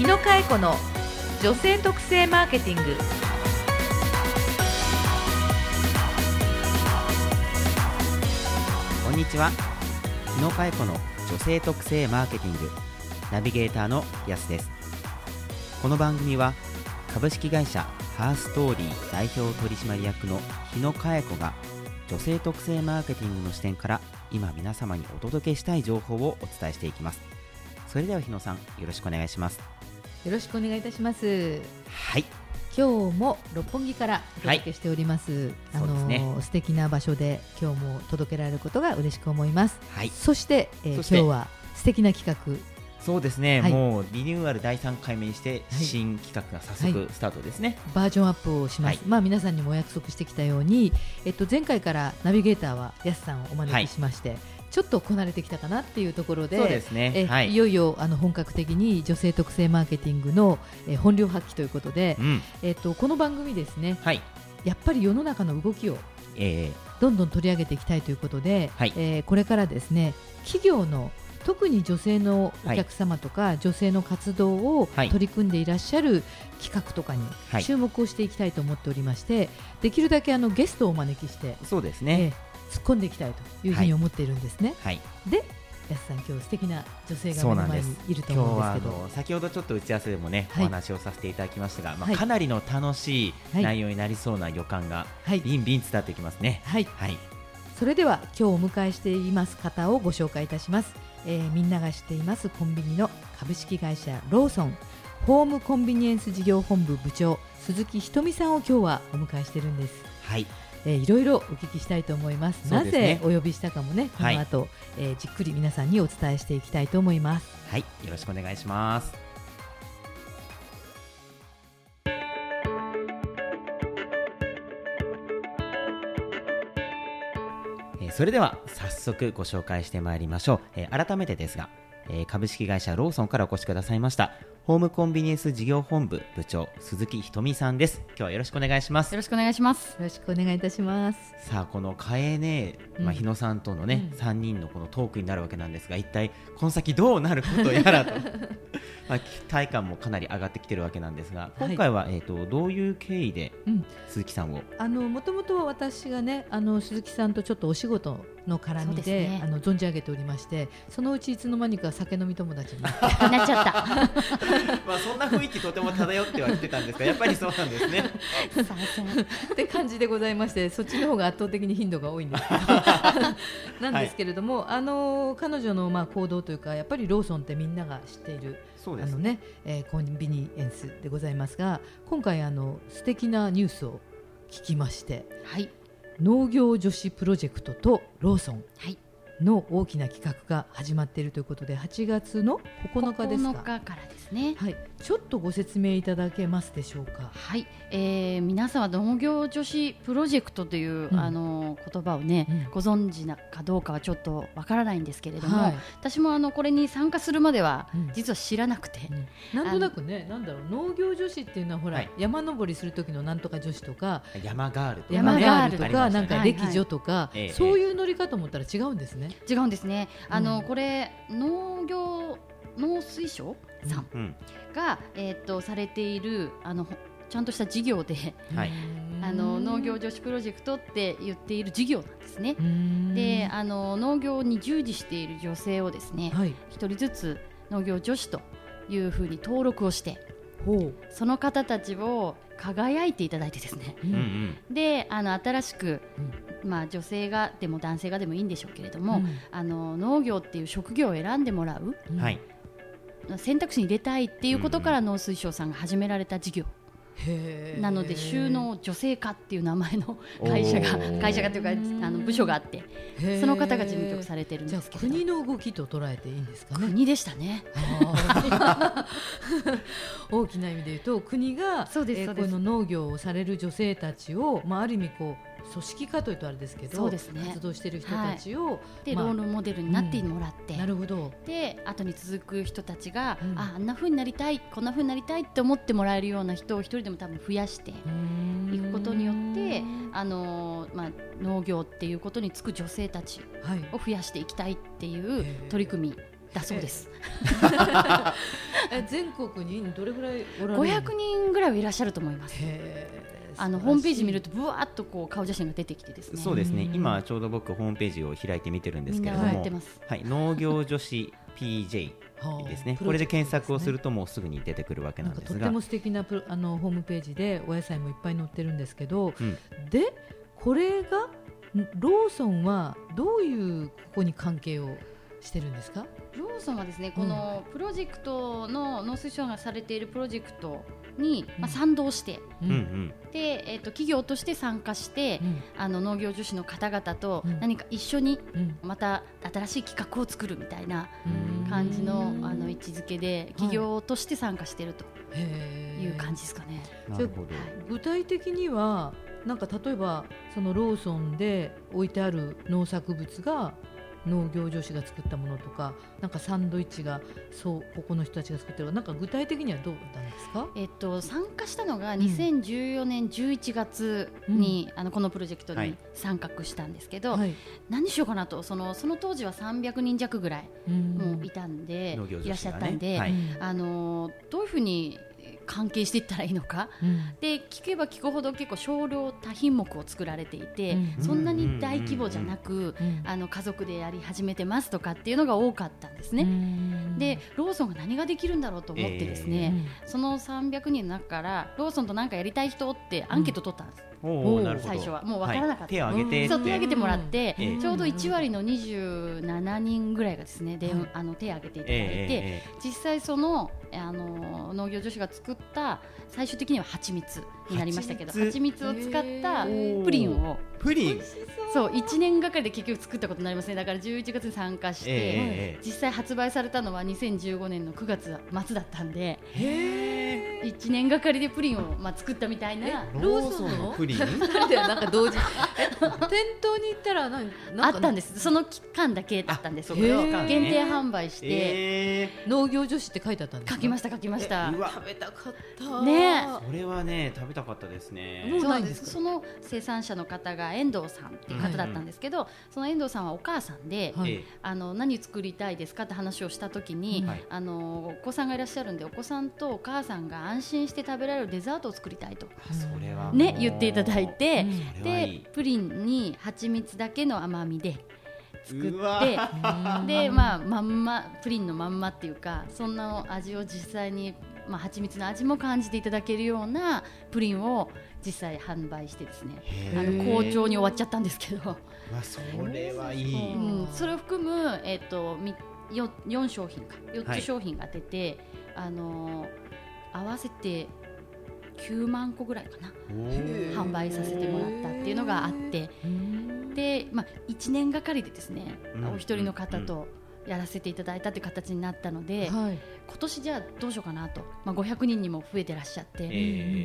野佳恵子の女性特性マーケティング。 こんにちは。日野佳恵子の女性特性マーケティングナビゲーターのやすです。この番組は株式会社ハーストーリー代表取締役の日野佳恵子が女性特性マーケティングの視点から今皆様にお届けしたい情報をお伝えしていきます。それでは日野さん、よろしくお願いします。 よろしくお願いいたします。 はい、 今日も六本木からお届けしております、 そうですね、 素敵な場所で今日も届けられることが嬉しく思います。 はい、 そして、今日は素敵な企画。 そうですね、 はい、 もうリニューアル第3回目にして新企画が早速スタートですね。 バージョンアップをします。皆さんにもお約束してきたように、前回からナビゲーターはやすさんをお招きしまして、ちょっとこなれてきたかなっていうところで、 そうですね、 いよいよ本格的に女性特性マーケティングの、本領発揮ということで、この番組ですね、やっぱり世の中の動きをどんどん取り上げていきたいということで、これからですね、企業の特に女性のお客様とか、女性の活動を取り組んでいらっしゃる企画とかに注目をしていきたいと思っておりまして、できるだけゲストをお招きして、 そうですね、 突っ込んでいきたいというふうに思っているんですね。で、やすさん、今日素敵な女性が目の前にいると思うんですけど、 今日は先ほどちょっと打ち合わせでもね、お話をさせていただきましたが、かなりの楽しい内容になりそうな予感がビンビン伝わってきますね。 それでは今日お迎えしています方をご紹介いたします。みんなが知っていますコンビニの株式会社ローソンホームコンビニエンス事業本部部長鈴木ひとみさんを今日はお迎えしているんです。いろいろお聞きしたいと思います。なぜお呼びしたかもね、この後、じっくり皆さんにお伝えしていきたいと思います。 よろしくお願いします。それでは早速ご紹介してまいりましょう。改めてですが、株式会社ローソンからお越しくださいましたホームコンビニエンス事業本部部長鈴木ひとみさんです。今日はよろしくお願いします。 よろしくお願いします。 よろしくお願いいたします。 さあ、このかえね、日野さんとのね、3人のこのトークになるわけなんですが、一体この先どうなることやらと期待感もかなり上がってきてるわけなんですが、今回は、どういう経緯で鈴木さんを、 もともとは私がね、鈴木さんとちょっとお仕事の絡みで、存じ上げておりまして、そのうちいつの間にか酒飲み友達になっちゃったそんな雰囲気とても漂ってはきてたんですが、やっぱりそうなんですねって感じでございまして、そっちの方が圧倒的に頻度が多いんですけどなんですけれども、彼女の行動というか、やっぱりローソンってみんなが知っているコンビニエンスでございますが、今回素敵なニュースを聞きまして、農業女子プロジェクトとローソンの大きな企画が始まっているということで、8月の9日ですか。 9日からですね。 ちょっとご説明いただけますでしょうか。 皆さんは農業女子プロジェクトという、言葉をね、ご存知なかどうかはちょっとわからないんですけれども、私もこれに参加するまでは実は知らなくて、 なんとなくね、なんだろう、農業女子っていうのはほら、山登りする時のなんとか女子とか、 山ガールとか、なんか歴女とか、そういう乗り方と思ったら違うんですね。 違うんですね。これ農水省さんが、されているちゃんとした事業で、農業女子プロジェクトって言っている事業なんですね。で、農業に従事している女性をですね、一人ずつ農業女子というふうに登録をして、その方たちを輝いていただいてですね、で新しく、女性がでも男性がでもいいんでしょうけれども、農業っていう職業を選んでもらう、選択肢に入れたいっていうことから農水省さんが始められた事業なので、就農女性課っていう名前の会社がというか部署があって、その方が事務局されてるんですけど、 国の動きと捉えていいんですかね。 国でしたね大きな意味で言うと、国がこの農業をされる女性たちを、ある意味組織化というとあれですけど、活動している人たちを、 でロールモデルになってもらって、 なるほど。 で後に続く人たちが、あんな風になりたい、こんな風になりたいって思ってもらえるような人を一人でも多分増やしていくことによって、農業っていうことに就く女性たちを増やしていきたいっていう取り組みだそうです。 全国にどれぐらいおられる ？500人ぐらいはいらっしゃると思います。ホームページ見るとぶわっとこう顔写真が出てきてですね。 そうですね。今ちょうど僕ホームページを開いて見てるんですけれども、はい、農業女子 PJ ですね。これで検索をするともうすぐに出てくるわけなんですが、 とっても素敵なホームページでお野菜もいっぱい載ってるんですけど、でこれがローソンはどういうここに関係をしてるんですか？ ローソンはですね、このプロジェクトの農水省がされているプロジェクトに、賛同して、で企業として参加して、農業女子の方々と何か一緒にまた新しい企画を作るみたいな感じの、位置づけで企業として参加しているという感じですかね。 なるほど。 具体的にはなんか例えばそのローソンで置いてある農作物が農業女子が作ったものとか、なんかサンドイッチがここの人たちが作ってる、なんか具体的にはどうなんですか？ 参加したのが2014年11月に、このプロジェクトに参画したんですけど、何しようかなと、その当時は300人弱ぐらいもういたんで、いらっしゃったんで、どういうふうに関係していったらいいのか、で聞けば聞くほど結構少量多品目を作られていて、そんなに大規模じゃなく、家族でやり始めてますとかっていうのが多かったんですね。でローソンが何ができるんだろうと思ってですね、その300人の中からローソンと何かやりたい人ってアンケート取ったんです。最初はもう分からなかった、 手を挙げて、 手を挙げてもらって、ちょうど1割の27人ぐらいがですね、手を挙げていただいて、実際その農業女子が作った最終的には蜂蜜になりましたけど、蜂蜜を使ったプリンをそう1年がかりで結局作ったことになりますね。だから11月に参加して、実際発売されたのは2015年の9月末だったんで、1年がかりでプリンを作ったみたいな。 ローソンのプリンなんか同時店頭に行ったらなんあったんです。その期間だけだったんですけど、限定販売して、 農業女子って書いてあったんですか？ 書きました食べたかったね。 それはね食べたかったですね。 そうなんです。その生産者の方が遠藤さんっていう方だったんですけど、その遠藤さんはお母さんで、何作りたいですかって話をした時に、お子さんがいらっしゃるんで、お子さんとお母さんが安心して食べられるデザートを作りたいと言っていただいて、でプリンに蜂蜜だけの甘みで作ってで、まんまプリンのまんまっていうか、そんな味を実際に、蜂蜜の味も感じていただけるようなプリンを実際販売してですね、好調に終わっちゃったんですけど、 それはいい、 それを含む、4商品か4つ商品が出て、合わせて9万個ぐらいかな販売させてもらったっていうのがあって、で、1年がかりでですね、お一人の方とやらせていただいたという形になったので、今年じゃあどうしようかなと、500人にも増えてらっしゃって、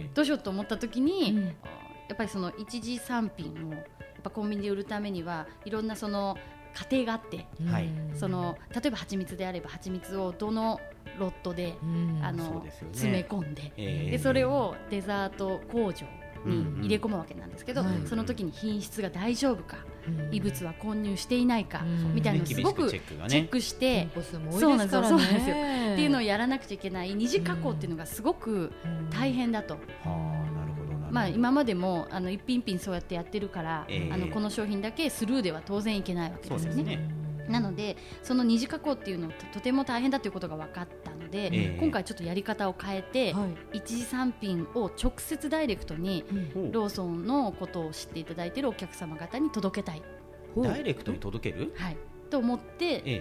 どうしようと思った時に、やっぱりその一次産品をやっぱコンビニで売るためにはいろんなその過程があって、その例えば蜂蜜であれば蜂蜜をどのロットで、詰め込んで、でそれをデザート工場に入れ込むわけなんですけど、その時に品質が大丈夫か、異物は混入していないか、みたいなのをすごくチェックして、そうなんですよっていうのをやらなくちゃいけない二次加工っていうのがすごく大変だと。今までも一品一品そうやってやってるから、この商品だけスルーでは当然いけないわけですよね。なのでその二次加工っていうの とても大変だということが分かったので、今回ちょっとやり方を変えて、一次産品を直接ダイレクトにローソンのことを知っていただいているお客様方に届けたい、 ダイレクトに届ける、 と思って、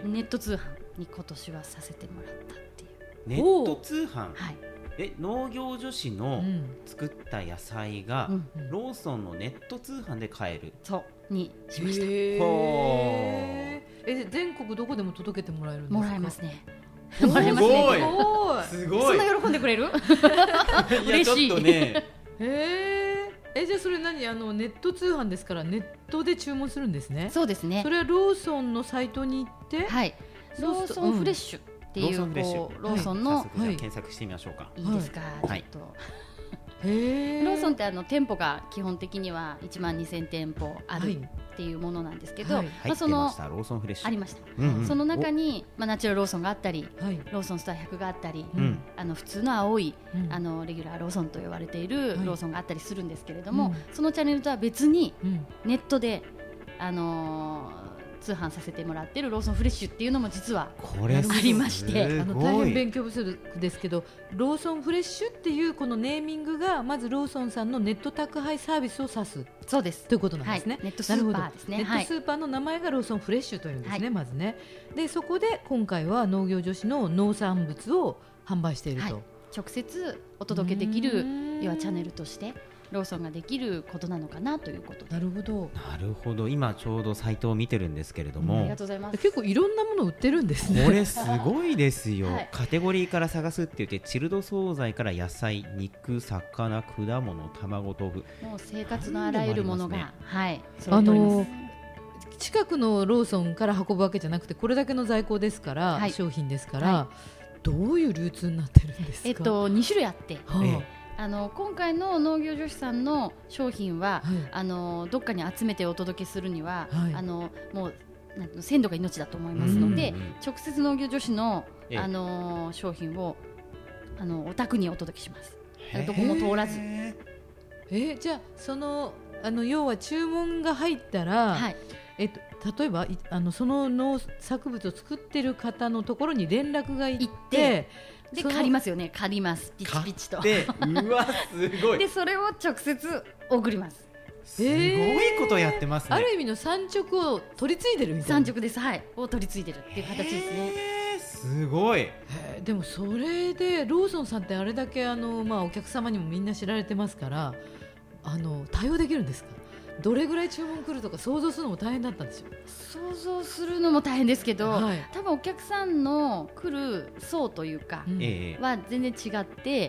ネット通販に今年はさせてもらったっていう。 ネット通販、農業女子の作った野菜が、ローソンのネット通販で買える、 そうにしました。 全国どこでも届けてもらえるんですか？ もらえますね。 すごい、すごい。 そんな喜んでくれる？嬉しい。 ちょっとね。 じゃあそれ何、ネット通販ですからネットで注文するんですね。 そうですね。 それはローソンのサイトに行って、 ローソンフレッシュっていう、ローソンの検索してみましょうか。 いいですか？ちょっとローソンって店舗が基本的には1万2000店舗あるっていうものなんですけど、 そのローソンフレッシュありました、その中に、ナチュラルローソンがあったり、ローソンストア100があったり、普通の青い、レギュラーローソンと呼ばれているローソンがあったりするんですけれども、そのチャンネルとは別に、ネットで、通販させてもらっているローソンフレッシュっていうのも実はありまして、 大変勉強不足ですけど、ローソンフレッシュっていうこのネーミングがまずローソンさんのネット宅配サービスを指すそうですということなんですね、 ネットスーパーですね。 ネットスーパーの名前がローソンフレッシュというんですね、まずね。でそこで今回は農業女子の農産物を販売していると、 直接お届けできる要はチャンネルとしてローソンができることなのかなということで。 なるほどなるほど。今ちょうどサイトを見てるんですけれども、 ありがとうございます。 結構いろんなもの売ってるんですね。 これすごいですよ、カテゴリーから探すって言ってチルド惣菜から野菜、肉、魚、果物、卵、豆腐、 もう生活のあらゆるものが揃っております。 近くのローソンから運ぶわけじゃなくてこれだけの在庫ですから、商品ですから、どういう流通になってるんですか。 2種類あって、今回の農業女子さんの商品は、どっかに集めてお届けするには、もう鮮度が命だと思いますので、直接農業女子の、商品をお宅にお届けします。どこも通らず。 じゃあ要は注文が入ったら、例えばその農作物を作ってる方のところに連絡が行ってで借りますよね。借ります、ピチピチと。 うわすごい。 でそれを直接送ります。 すごいことやってますね。 ある意味の産直を取り継いでるみたいな。 産直です、を取り継いでるっていう形ですね。 すごい。 でもそれでローソンさんってあれだけお客様にもみんな知られてますから対応できるんですか。どれぐらい注文来るとか想像するのも大変だったんですよ。 想像するのも大変ですけど、多分お客さんの来る層というかは全然違って、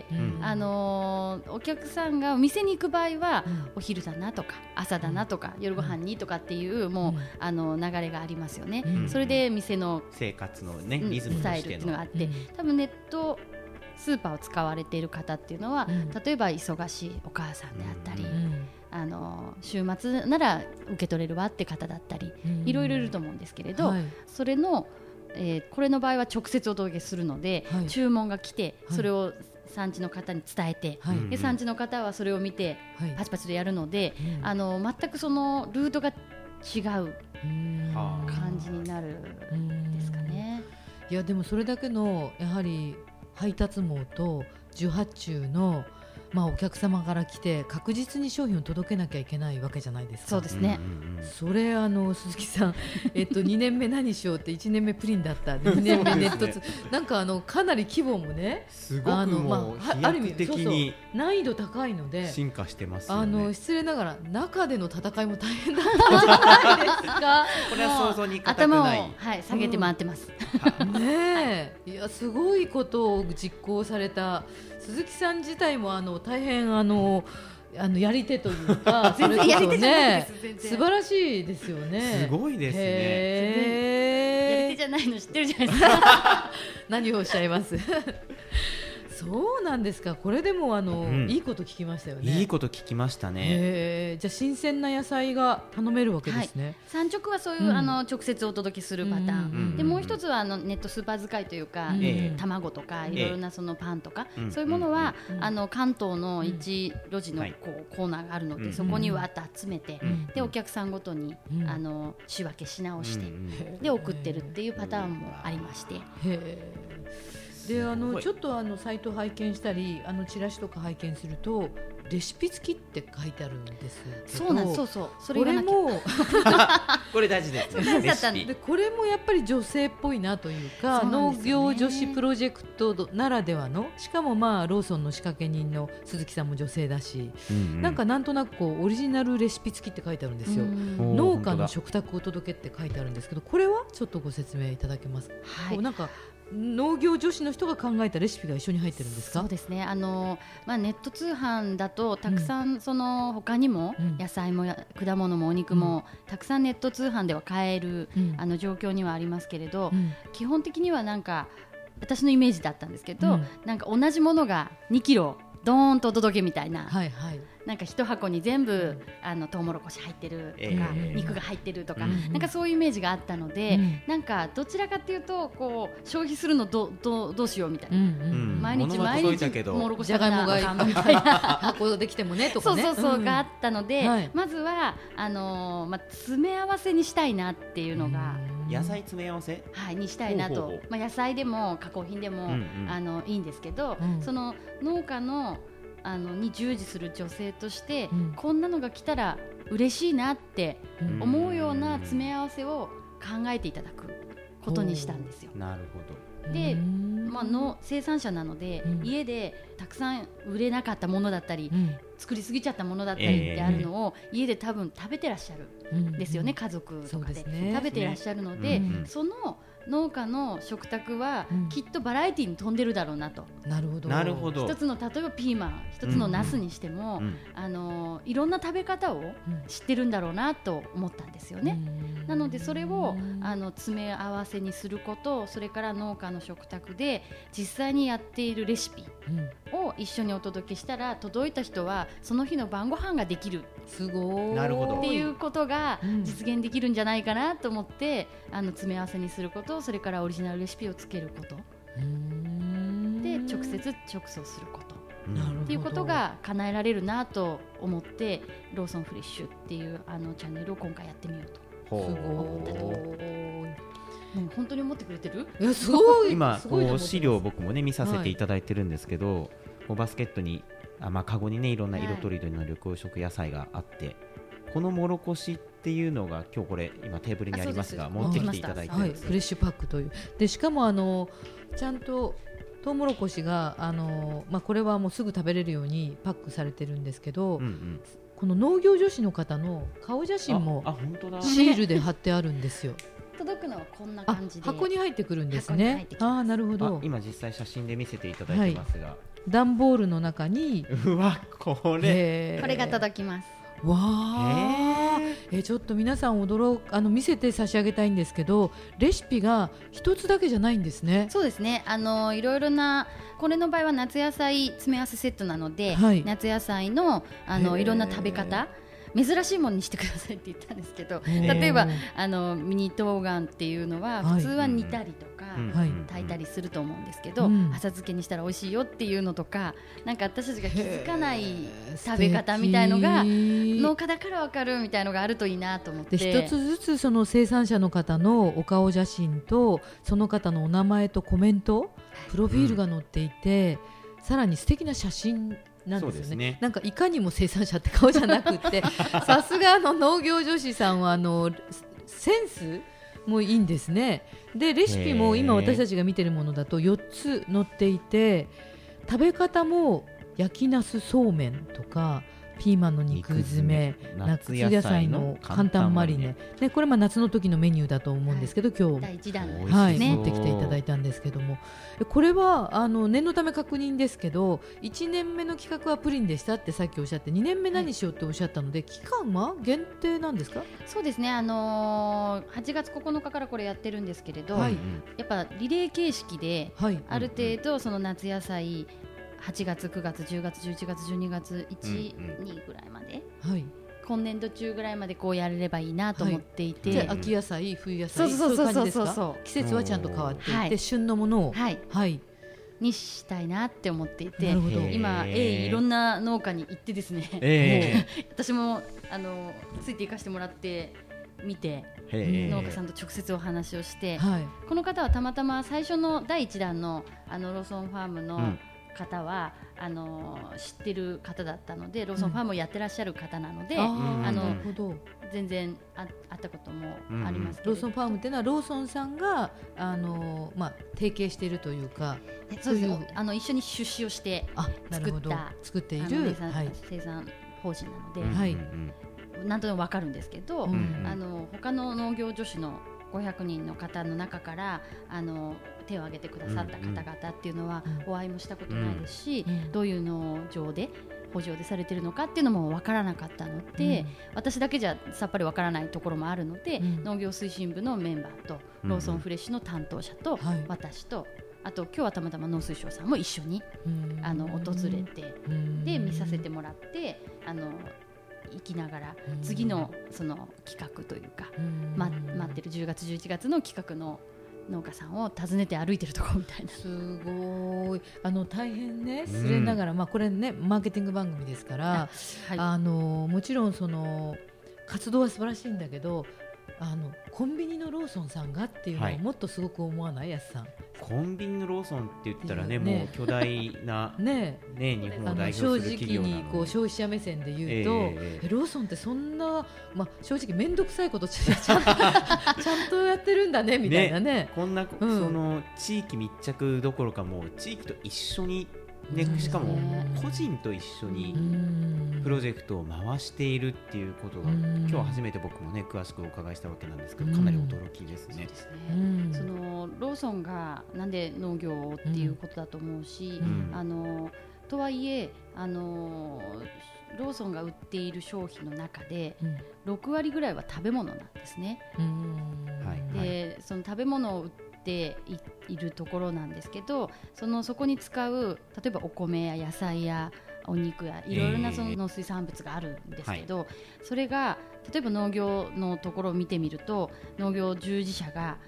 お客さんがお店に行く場合は、お昼だなとか朝だなとか、夜ご飯にとかっていうもう、流れがありますよね。それで店の生活の、リズムスタイルっていうのがあって、多分ネットスーパーを使われている方っていうのは、例えば忙しいお母さんであったり、週末なら受け取れるわって方だったり、いろいろいると思うんですけれど、それの、これの場合は直接お届けするので、注文が来てそれを産地の方に伝えて、で産地の方はそれを見て、パチパチでやるので、全くそのルートが違う感じになるんですかね。 いやでもそれだけのやはり配達網と受発注のお客様から来て確実に商品を届けなきゃいけないわけじゃないですか。 そうですね。 それ鈴木さん、2年目何しようって1年目プリンだった2年目ネットなんかかなり規模もねすごくもう飛躍的に難易度高いので進化してますよね。 失礼ながら中での戦いも大変だったんじゃないですか。 これは想像に難くない。 頭を、下げて回ってます、 ねえ、いやすごいことを実行された鈴木さん自体も大変やり手というか全然やり手じゃないです。 素晴らしいですよね。 すごいですね。 やり手じゃないの知ってるじゃないですか。 何をおっしゃいます。そうなんですか。これでもいいこと聞きましたよね。 いいこと聞きましたね。 じゃあ新鮮な野菜が頼めるわけですね。 産直はそういう、直接お届けするパターン、でもう一つはネットスーパー使いというか、卵とかいろいろなそのパンとか、そういうものは、関東の一路地のコーナーがあるので、そこにわっと集めて、でお客さんごとに、仕分けし直して、で送ってるっていうパターンもありまして。 でちょっとサイトを拝見したりチラシとか拝見するとレシピ付きって書いてあるんですけど、 そうなんです。そうそれがもこれ大事ですね。 レシピでこれもやっぱり女性っぽいなというか、農業女子プロジェクトならではの、しかもローソンの仕掛け人の鈴木さんも女性だし、なんとなくオリジナルレシピ付きって書いてあるんですよ。農家の食卓を届けって書いてあるんですけど、これはちょっとご説明いただけますか。なんか農業女子の人が考えたレシピが一緒に入ってるんですか。 そうですね。ネット通販だとたくさん他にも野菜も果物もお肉もたくさんネット通販では買える状況にはありますけれど、基本的にはなんか私のイメージだったんですけど、なんか同じものが2キロドーンとお届けみたいな、 はいはい、 なんか一箱に全部トウモロコシ入ってるとか、肉が入ってるとか、なんかそういうイメージがあったので、なんかどちらかっていうとこう消費するのどうしようみたいな、毎日トウモロコシじゃがいもがみたいな箱できてもねとかね、 そうがあったので、まずは詰め合わせにしたいなっていうのが、 野菜詰め合わせ、 にしたいなと。野菜でも加工品でもいいんですけど、その農家のに従事する女性として、こんなのが来たら嬉しいなって思うような詰め合わせを考えていただくことにしたんですよ。 なるほど。 で、生産者なので、家でたくさん売れなかったものだったり、作りすぎちゃったものだったりってあるのを、家で多分食べてらっしゃるんですよね、家族とかで食べてらっしゃるので、その農家の食卓はきっとバラエティに富んでるだろうなと。 なるほど。 一つの例えばピーマン、一つのナスにしても、いろんな食べ方を知ってるんだろうなと思ったんですよね。なのでそれを詰め合わせにすること、それから農家の食卓で実際にやっているレシピを一緒にお届けしたら、届いた人はその日の晩ご飯ができる、 すごいっていうことが実現できるんじゃないかなと思って、詰め合わせにすること、それからオリジナルレシピをつけることで、直接直送することっていうことが叶えられるなと思って、ローソンフレッシュっていうチャンネルを今回やってみようと思ったと。もう本当に思ってくれてる？ いや、すごい。 今資料を僕もね見させていただいてるんですけど、バスケットにカゴにねいろんな色とりどりの緑黄色野菜があって、このもろこしっていうのが今日これ今テーブルにありますが、持ってきていただいてるんです、 フレッシュパックというで、しかもちゃんとトウモロコシがこれはもうすぐ食べれるようにパックされてるんですけど、この農業女子の方の顔写真もシールで貼ってあるんですよ。 届くのはこんな感じで箱に入ってくるんですね。なるほど。 今実際写真で見せていただいてますが、 段ボールの中にこれが届きます。 わー、ちょっと皆さん見せて差し上げたいんですけど、レシピが一つだけじゃないんですね。 そうですね、いろいろな、これの場合は夏野菜詰め合わせセットなので、夏野菜のいろんな食べ方、珍しいものにしてくださいって言ったんですけど、例えばミニ冬瓜っていうのは普通は煮たりとか、炊いたりすると思うんですけど、浅漬けにしたら美味しいよっていうのとか、なんか私たちが気づかない食べ方みたいのが農家だから分かるみたいのがあるといいなと思って、 一つずつその生産者の方のお顔写真とその方のお名前とコメント、プロフィールが載っていて、さらに素敵な写真なんですよね。なんかいかにも生産者って顔じゃなくってさすが農業女子さんはセンスもいいんですね。でレシピも今私たちが見てるものだと4つ載っていて、食べ方も焼きナスそうめんとかピーマンの肉詰め、夏野菜の簡単マリネで、これ夏の時のメニューだと思うんですけど、今日第1弾持ってきていただいたんですけども、これは念のため確認ですけど、1年目の企画はプリンでしたってさっきおっしゃって、2年目何しようっておっしゃったので、期間は限定なんですか？ そうですね、8月9日からこれやってるんですけれど、やっぱリレー形式で、ある程度その夏野菜8月9月10月11月12月1、2ぐらいまで、今年度中ぐらいまでこうやれればいいなと思っていて、 じゃあ秋野菜冬野菜そういう感じですか？季節はちゃんと変わっていて、旬のものをにしたいなって思っていて、今いろんな農家に行ってですね、私もついていかせてもらって見て、農家さんと直接お話をして、この方はたまたま最初の第1弾のローソンファームの方は知ってる方だったので、ローソンファームをやってらっしゃる方なので、全然会ったこともありますけど、 ローソンファームっていうのはローソンさんが提携しているというか、 そうですね、一緒に出資をして作っている生産法人なので、なんとでも分かるんですけど、他の農業女子の500人の方の中から手を挙げてくださった方々っていうのはお会いもしたことないですし、どういう農場で補助でされているのかっていうのも分からなかったので、私だけじゃさっぱり分からないところもあるので、農業推進部のメンバーとローソンフレッシュの担当者と私とあと今日はたまたま農水省さんも一緒に訪れてで見させてもらって行きながら次のその企画というか待ってる10月11月の企画の農家さんを訪ねて歩いてるところみたいな。 すごい大変ね失礼ながら、これねマーケティング番組ですから、はい、もちろんその活動は素晴らしいんだけどコンビニのローソンさんがっていうのをもっとすごく思わない、やすさん。 コンビニのローソンって言ったらね、もう巨大な、日本を代表する企業なので、 正直に消費者目線で言うと、ローソンってそんな、正直面倒くさいことちゃんとやってるんだねみたいなね。 こんな、その地域密着どころかもう地域と一緒にしかも個人と一緒にプロジェクトを回しているっていうことが今日初めて僕もね詳しくお伺いしたわけなんですけど、かなり驚きですね。 そのローソンがなんで農業をっていうことだと思うし、とはいえローソンが売っている商品の中で6割ぐらいは食べ物なんですね。でその食べ物を売っているところなんですけど、そこに使う例えばお米や野菜やお肉やいろいろなその農水産物があるんですけど、それが例えば農業のところを見てみると農業従事者が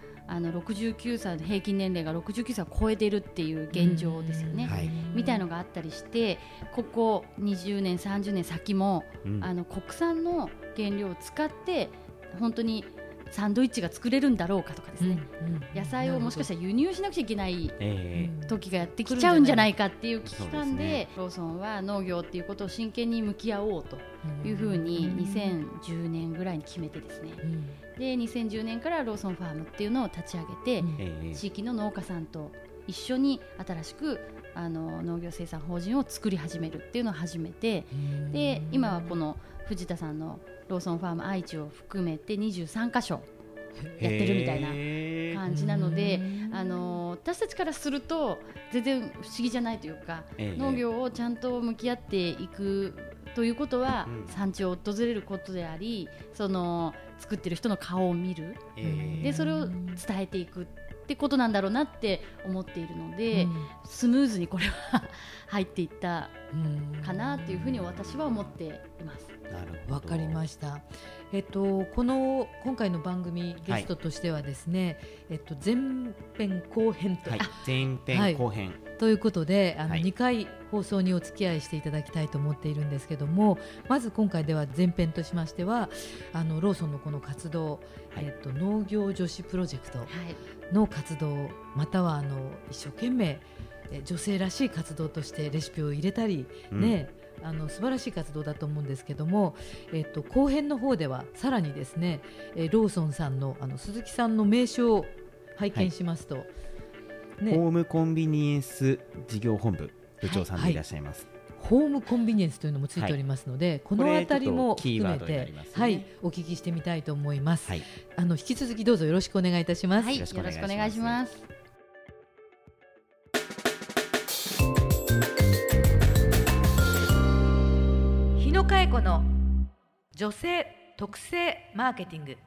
69歳の平均年齢が69歳を超えているっていう現状ですよね、みたいのがあったりして、ここ20年30年先も、国産の原料を使って本当にサンドイッチが作れるんだろうかとかですね、野菜をもしかしたら輸入しなくちゃいけない時がやってきちゃうんじゃないかっていう危機感で、ローソンは農業っていうことを真剣に向き合おうというふうに2010年ぐらいに決めてですね、で2010年からローソンファームっていうのを立ち上げて、地域の農家さんと一緒に新しく農業生産法人を作り始めるっていうのを始めて、で今はこの藤田さんのローソンファーム愛知を含めて23カ所やってるみたいな感じなので、私たちからすると全然不思議じゃないというか、農業をちゃんと向き合っていくということは、産地を訪れることであり、その作ってる人の顔を見る、でそれを伝えていくってことなんだろうなって思っているので、スムーズにこれは入っていったかなというふうに私は思っています。 なるほど、 わかりました。今回の番組ゲストとしてはですね、前編後編と、 前編後編、 ということで2回放送にお付き合いしていただきたいと思っているんですけども、まず今回では前編としましてはローソンのこの活動、農業女子プロジェクトの活動、または一生懸命女性らしい活動としてレシピを入れたり、素晴らしい活動だと思うんですけども、後編の方ではさらにですね、ローソンさんの鈴木さんの名刺を拝見しますと、 ホームコンビニエンス事業本部部長さんでいらっしゃいます。 ホームコンビニエンスというのもついておりますので、このあたりも含めて、お聞きしてみたいと思います。引き続きどうぞよろしくお願いいたします。 よろしくお願いします。 日野佳恵子の女性特性マーケティング。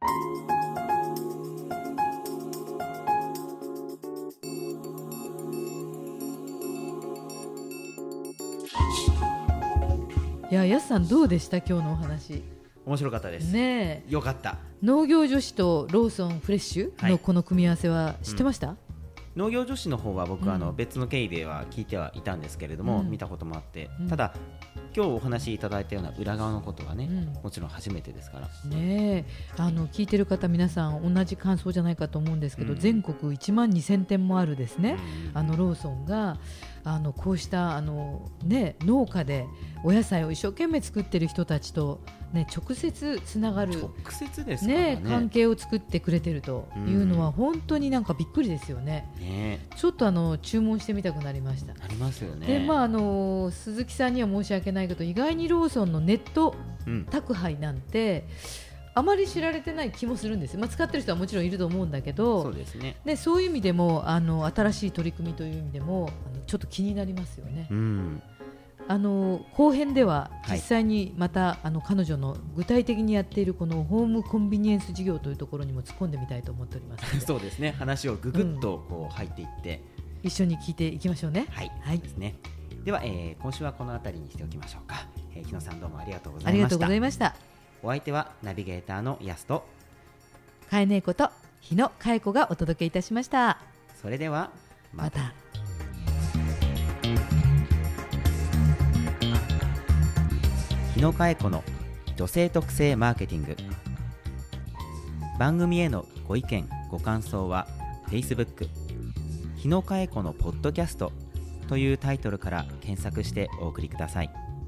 いや、やすさんどうでした今日のお話。 面白かったですね。 よかった。 農業女子とローソンフレッシュのこの組み合わせは知ってました？ 農業女子の方は僕別の経緯では聞いてはいたんですけれども、見たこともあって、ただ今日お話しいただいたような裏側のことはね、もちろん初めてですからね。聞いてる方皆さん同じ感想じゃないかと思うんですけど、全国1万2000店もあるですね、ローソンがこうした農家でお野菜を一生懸命作ってる人たちと、直接つながる、 直接ですからね、 関係を作ってくれてるというのは本当になんかびっくりですよね。ちょっと注文してみたくなりました。 ありますよね。 で、鈴木さんには申し訳ないけど、意外にローソンのネット宅配なんて、あまり知られてない気もするんですよ。使ってる人はもちろんいると思うんだけど、 そうですね。 そういう意味でも新しい取り組みという意味でもちょっと気になりますよね。 後編では実際にまた、彼女の具体的にやっているこのホームコンビニエンス事業というところにも突っ込んでみたいと思っておりますそうですね、話をぐぐっとこう入っていって、 一緒に聞いていきましょうね。 はい、はい、ですね。では、今週はこのあたりにしておきましょうか。日野さんどうもありがとうございました。 ありがとうございました。 お相手はナビゲーターの安とかえねえこと日野かえ子がお届けいたしました。 それではまた。日野かえ子の女性特性マーケティング。番組へのご意見ご感想は Facebook 日野かえ子のポッドキャストというタイトルから検索してお送りください。